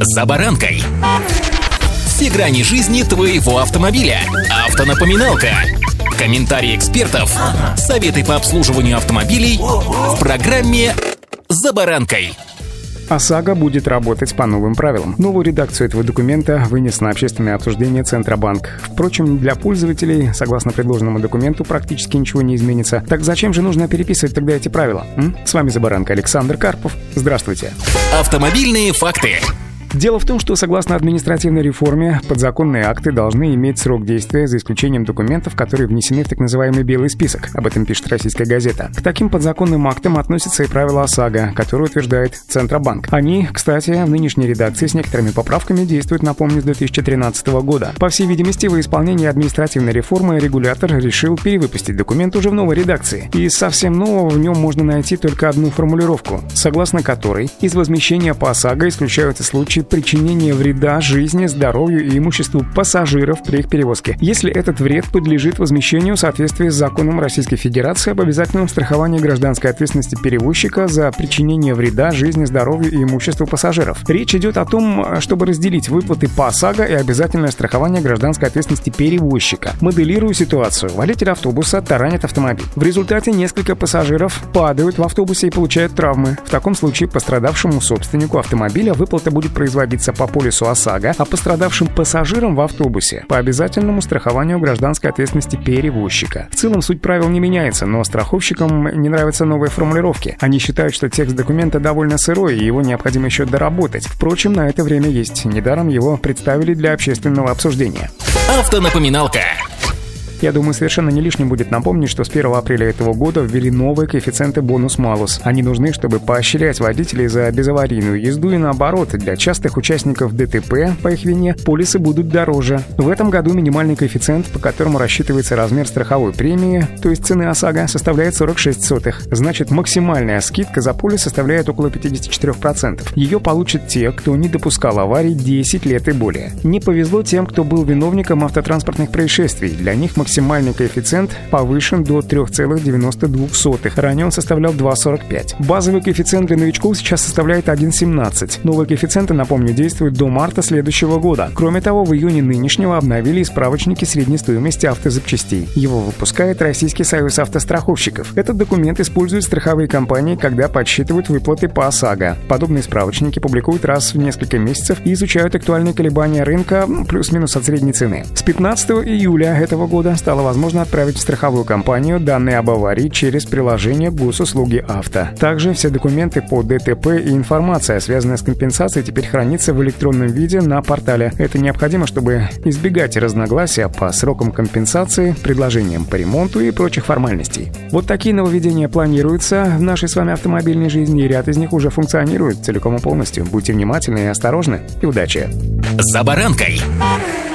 «За баранкой». Все грани жизни твоего автомобиля. Автонапоминалка. Комментарии экспертов. Советы по обслуживанию автомобилей в программе «За баранкой». ОСАГО будет работать по новым правилам. Новую редакцию этого документа вынес на общественное обсуждение Центробанк. Впрочем, для пользователей, согласно предложенному документу, практически ничего не изменится. Так зачем же нужно переписывать тогда эти правила? С вами «За баранкой» Александр Карпов. Здравствуйте. Автомобильные факты. Дело в том, что согласно административной реформе, подзаконные акты должны иметь срок действия за исключением документов, которые внесены в так называемый белый список. Об этом пишет «Российская газета». К таким подзаконным актам относятся и правила ОСАГО, которые утверждает Центробанк. Они, кстати, в нынешней редакции с некоторыми поправками действуют, напомню, с 2013 года. По всей видимости, во исполнении административной реформы регулятор решил перевыпустить документ уже в новой редакции. И совсем нового в нем можно найти только одну формулировку, согласно которой из возмещения по ОСАГО исключаются случаи причинения вреда жизни, здоровью и имуществу пассажиров при их перевозке, если этот вред подлежит возмещению в соответствии с законом Российской Федерации об обязательном страховании гражданской ответственности перевозчика за причинение вреда жизни, здоровью и имуществу пассажиров. Речь идет о том, чтобы разделить выплаты по ОСАГО и обязательное страхование гражданской ответственности перевозчика. Моделирую ситуацию. Водитель автобуса таранит автомобиль. В результате несколько пассажиров падают в автобусе и получают травмы. В таком случае пострадавшему собственнику автомобиля выплата будет производиться по полису ОСАГО, а пострадавшим пассажирам в автобусе по обязательному страхованию гражданской ответственности перевозчика. В целом суть правил не меняется, но страховщикам не нравятся новые формулировки. Они считают, что текст документа довольно сырой, и его необходимо еще доработать. Впрочем, на это время есть. Недаром его представили для общественного обсуждения. Автонапоминалка. Я думаю, совершенно не лишним будет напомнить, что с 1 апреля этого года ввели новые коэффициенты бонус-малус. Они нужны, чтобы поощрять водителей за безаварийную езду и наоборот. Для частых участников ДТП по их вине полисы будут дороже. В этом году минимальный коэффициент, по которому рассчитывается размер страховой премии, то есть цены ОСАГО, составляет 46 сотых. Значит, максимальная скидка за полис составляет около 54%. Ее получат те, кто не допускал аварий 10 лет и более. Не повезло тем, кто был виновником автотранспортных происшествий. Для них максимальный коэффициент повышен до 3,92. Ранее он составлял 2,45. Базовый коэффициент для новичков сейчас составляет 1,17. Новые коэффициенты, напомню, действуют до марта следующего года. Кроме того, в июне нынешнего обновили и справочники средней стоимости автозапчастей. Его выпускает Российский союз автостраховщиков. Этот документ используют страховые компании, когда подсчитывают выплаты по ОСАГО. Подобные справочники публикуют раз в несколько месяцев и изучают актуальные колебания рынка плюс-минус от средней цены. С 15 июля этого года стало возможно отправить в страховую компанию данные об аварии через приложение госуслуги авто. Также все документы по ДТП и информация, связанная с компенсацией, теперь хранится в электронном виде на портале. Это необходимо, чтобы избегать разногласия по срокам компенсации, предложениям по ремонту и прочих формальностей. Вот такие нововведения планируются в нашей с вами автомобильной жизни, и ряд из них уже функционирует целиком и полностью. Будьте внимательны и осторожны, и удачи! «За баранкой».